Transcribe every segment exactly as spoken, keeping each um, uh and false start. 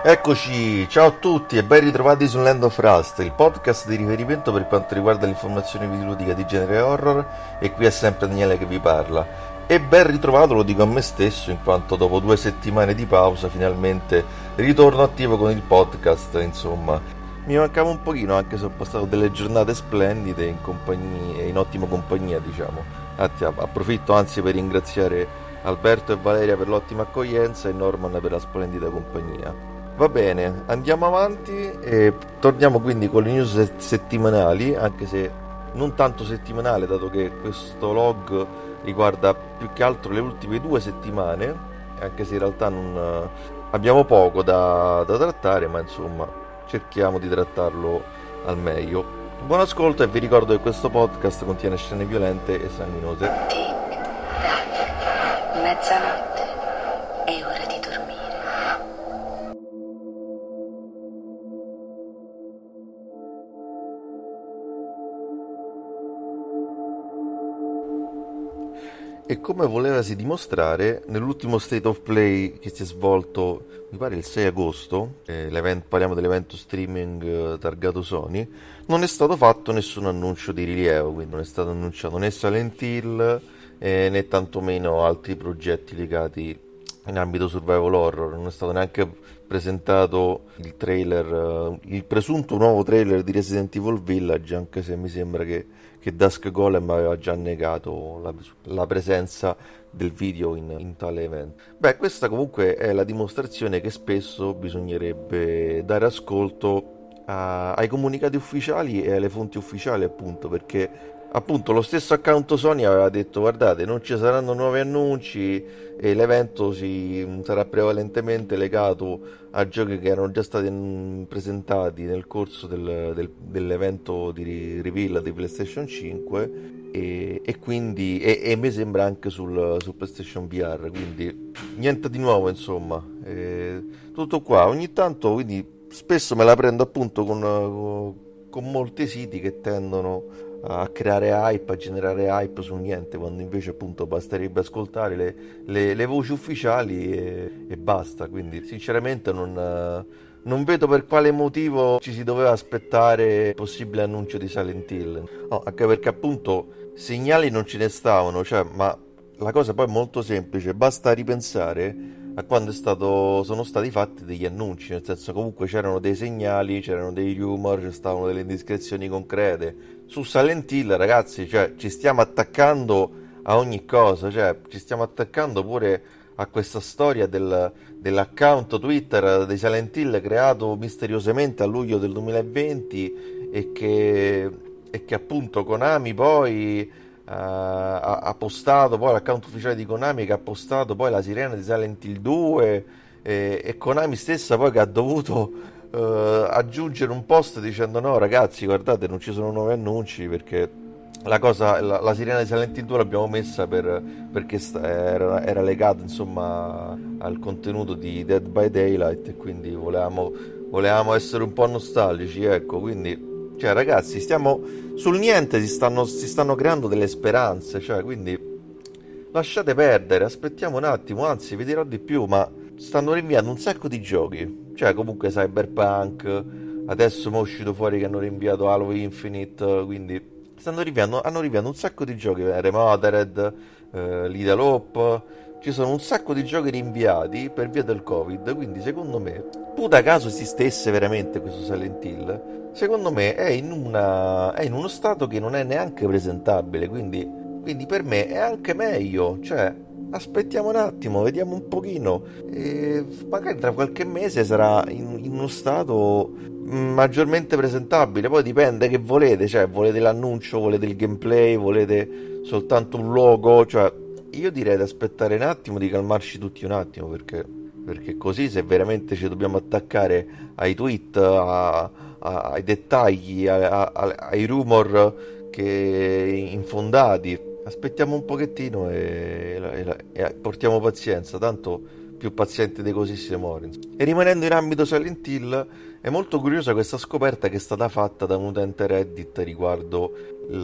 Eccoci, ciao a tutti e ben ritrovati su Land of Rust, il podcast di riferimento per quanto riguarda l'informazione videoludica di genere horror, e qui è sempre Daniele che vi parla. E ben ritrovato lo dico a me stesso, in quanto dopo due settimane di pausa finalmente ritorno attivo con il podcast, insomma. Mi mancava un pochino, anche se ho passato delle giornate splendide in compagnia, in ottima compagnia, diciamo. Infatti, approfitto anzi per ringraziare Alberto e Valeria per l'ottima accoglienza e Norman per la splendida compagnia. Va bene, andiamo avanti e torniamo quindi con le news settimanali, anche se non tanto settimanale, dato che questo log riguarda più che altro le ultime due settimane, anche se in realtà non abbiamo poco da, da trattare, ma insomma cerchiamo di trattarlo al meglio. Buon ascolto e vi ricordo che questo podcast contiene scene violente e sanguinose. Tic tac, mezzanotte, è ora di dormire. E come volevasi dimostrare, nell'ultimo State of Play che si è svolto, mi pare il sei agosto, eh, parliamo dell'evento streaming eh, targato Sony, non è stato fatto nessun annuncio di rilievo, quindi non è stato annunciato né Silent Hill eh, né tantomeno altri progetti legati in ambito survival horror. Non è stato neanche presentato il trailer, eh, il presunto nuovo trailer di Resident Evil Village, anche se mi sembra che che Dusk Golem aveva già negato la, la presenza del video in, in tale evento. Beh, questa comunque è la dimostrazione che spesso bisognerebbe dare ascolto a, ai comunicati ufficiali e alle fonti ufficiali, appunto, perché appunto lo stesso account Sony aveva detto: guardate, non ci saranno nuovi annunci e l'evento si sarà prevalentemente legato a giochi che erano già stati presentati nel corso del, del, dell'evento di reveal di PlayStation cinque e, e quindi e, e mi sembra anche sul, sul PlayStation V R, quindi niente di nuovo, insomma. E tutto qua. Ogni tanto, quindi spesso me la prendo appunto con, con molti siti che tendono a creare hype, a generare hype su niente, quando invece appunto basterebbe ascoltare le, le, le voci ufficiali e, e basta. Quindi sinceramente non, non vedo per quale motivo ci si doveva aspettare possibile annuncio di Silent Hill, no, anche perché appunto segnali non ce ne stavano, cioè, ma la cosa poi è molto semplice, basta ripensare a quando è stato, sono stati fatti degli annunci, nel senso comunque c'erano dei segnali, c'erano dei rumor, c'è stavano delle indiscrezioni concrete. Su Silent Hill, ragazzi, cioè ci stiamo attaccando a ogni cosa, cioè ci stiamo attaccando pure a questa storia del, dell'account Twitter di Silent Hill creato misteriosamente a luglio del duemilaventi e che, e che appunto Konami poi Uh, ha, ha postato poi l'account ufficiale di Konami, che ha postato poi la sirena di Silent Hill due e, e Konami stessa poi che ha dovuto uh, aggiungere un post dicendo: no ragazzi, guardate, non ci sono nuovi annunci perché la cosa, la, la sirena di Silent Hill due l'abbiamo messa per, perché sta, era, era legata insomma al contenuto di Dead by Daylight e quindi volevamo, volevamo essere un po' nostalgici, ecco. Quindi cioè ragazzi, stiamo sul niente, si stanno, si stanno creando delle speranze, cioè, quindi lasciate perdere, aspettiamo un attimo, anzi vi dirò di più, ma stanno rinviando un sacco di giochi, cioè comunque Cyberpunk, adesso mi è uscito fuori che hanno rinviato Halo Infinite, quindi stanno rinviando, hanno rinviato un sacco di giochi, Remothered, eh, Lethal Hope, ci sono un sacco di giochi rinviati per via del Covid, quindi secondo me, puta caso esistesse veramente questo Silent Hill, secondo me è in, una, è in uno stato che non è neanche presentabile, quindi, quindi per me è anche meglio, cioè aspettiamo un attimo, vediamo un pochino, e magari tra qualche mese sarà in, in uno stato maggiormente presentabile. Poi dipende che volete, cioè volete l'annuncio, volete il gameplay, volete soltanto un logo, cioè io direi di aspettare un attimo, di calmarci tutti un attimo, perché, perché così se veramente ci dobbiamo attaccare ai tweet, a, a, ai dettagli, a, a, ai rumor che infondati, aspettiamo un pochettino e, e, e portiamo pazienza, tanto più paziente di così si muore. E rimanendo in ambito Silent Hill, è molto curiosa questa scoperta che è stata fatta da un utente Reddit riguardo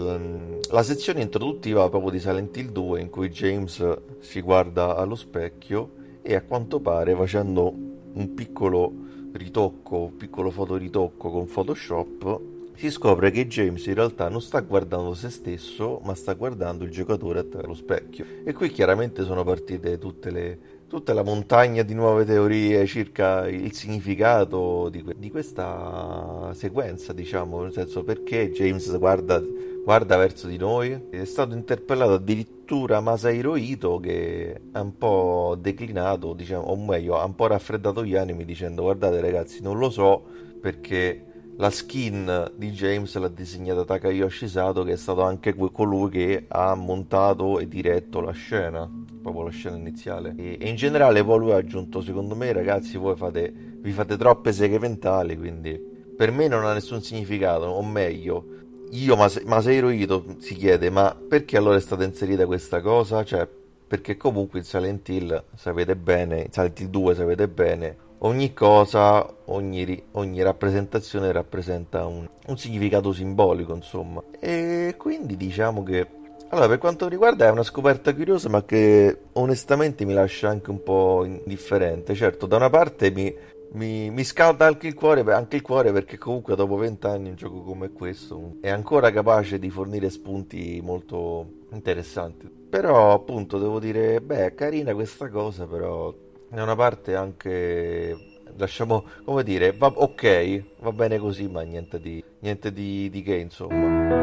la sezione introduttiva proprio di Silent Hill due, in cui James si guarda allo specchio e a quanto pare, facendo un piccolo ritocco, piccolo fotoritocco con Photoshop, si scopre che James in realtà non sta guardando se stesso, ma sta guardando il giocatore attraverso lo specchio. E qui chiaramente sono partite tutte le, tutta la montagna di nuove teorie circa il significato di, que- di questa sequenza, diciamo, nel senso perché James guarda, guarda verso di noi. È stato interpellato addirittura Masahiro Ito, che ha un po' declinato, diciamo, o meglio, ha un po' raffreddato gli animi dicendo: guardate ragazzi, non lo so perché la skin di James l'ha disegnata Takayoshi Sato, che è stato anche colui che ha montato e diretto la scena, proprio la scena iniziale. E, e in generale poi lui ha aggiunto: secondo me ragazzi voi fate, vi fate troppe seghe mentali, quindi per me non ha nessun significato, o meglio, io Mas- Masahiro Ito si chiede: ma perché allora è stata inserita questa cosa? Cioè, perché comunque in Silent Hill, sapete bene, in Silent Hill due sapete bene, ogni cosa, ogni, ri- ogni rappresentazione rappresenta un, un significato simbolico, insomma. E quindi diciamo che, allora, per quanto mi riguarda è una scoperta curiosa, ma che onestamente mi lascia anche un po' indifferente. Certo, da una parte mi, mi, mi scalda anche il cuore, anche il cuore perché comunque dopo vent'anni un gioco come questo è ancora capace di fornire spunti molto interessanti. Però appunto devo dire, beh, carina questa cosa, però da una parte anche lasciamo, come dire, va, ok, va bene così, ma niente di, niente di, di che, insomma.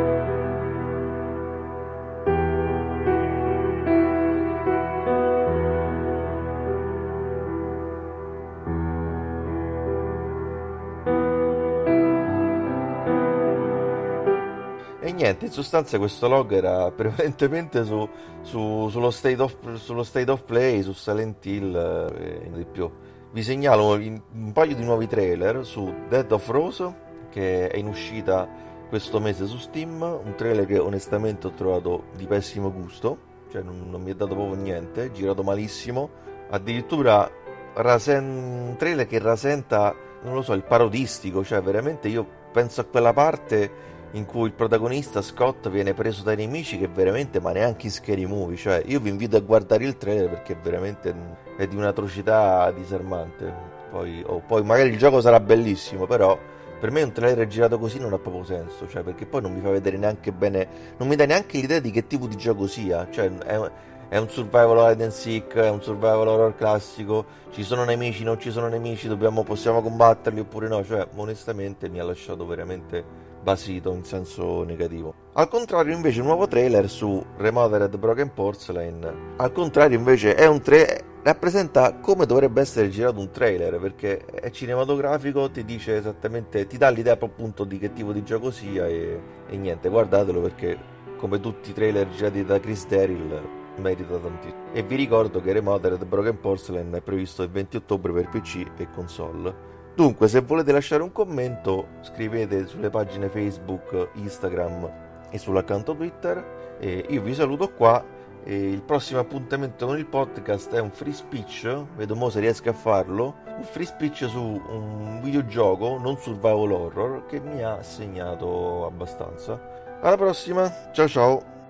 E niente, in sostanza questo log era prevalentemente su, su- sullo, state of, sullo state of play, su Silent Hill eh, e di più. Vi segnalo in- un paio di nuovi trailer su Dead of Rose, che è in uscita questo mese su Steam, un trailer che onestamente ho trovato di pessimo gusto, cioè non, non mi è dato proprio niente, girato malissimo, addirittura rasen- un trailer che rasenta, non lo so, il parodistico, cioè veramente io penso a quella parte in cui il protagonista Scott viene preso dai nemici che veramente, ma neanche in Scary Movie, cioè io vi invito a guardare il trailer perché veramente è di un'atrocità disarmante. Poi, oh, poi magari il gioco sarà bellissimo, però per me un trailer girato così non ha proprio senso, cioè perché poi non mi fa vedere neanche bene, non mi dà neanche l'idea di che tipo di gioco sia, cioè è, è un survival hide and seek, è un survival horror classico, ci sono nemici, non ci sono nemici, dobbiamo, possiamo combatterli oppure no, cioè onestamente mi ha lasciato veramente basito in senso negativo. Al contrario invece un nuovo trailer su Remothered Broken Porcelain, al contrario invece è un trailer, rappresenta come dovrebbe essere girato un trailer, perché è cinematografico, ti dice esattamente, ti dà l'idea appunto di che tipo di gioco sia e, e niente, guardatelo perché come tutti i trailer girati da Chris Terrell merita tantissimo. E vi ricordo che Remothered Broken Porcelain è previsto il venti ottobre per P C e console. Dunque, se volete lasciare un commento, scrivete sulle pagine Facebook, Instagram e sull'account Twitter. E io vi saluto qua. E il prossimo appuntamento con il podcast è un free speech. Vedo mo se riesco a farlo. Un free speech su un videogioco non survival horror che mi ha segnato abbastanza. Alla prossima, ciao ciao!